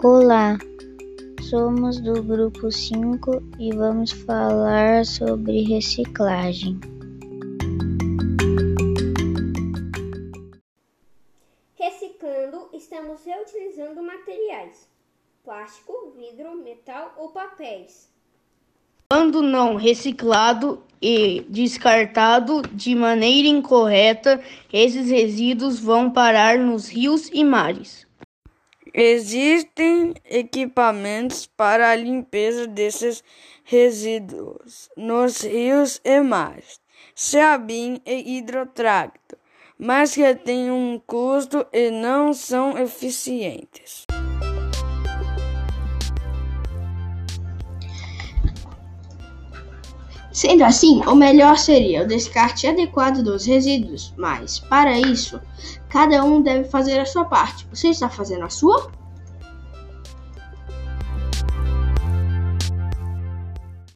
Olá, somos do grupo 5 e vamos falar sobre reciclagem. Reciclando, estamos reutilizando materiais: plástico, vidro, metal ou papéis. Quando não reciclado e descartado de maneira incorreta, esses resíduos vão parar nos rios e mares. Existem equipamentos para a limpeza desses resíduos nos rios e mares, Sabin e hidrotracto, mas que têm um custo e não são eficientes. Sendo assim, o melhor seria o descarte adequado dos resíduos, mas, para isso, cada um deve fazer a sua parte. Você está fazendo a sua?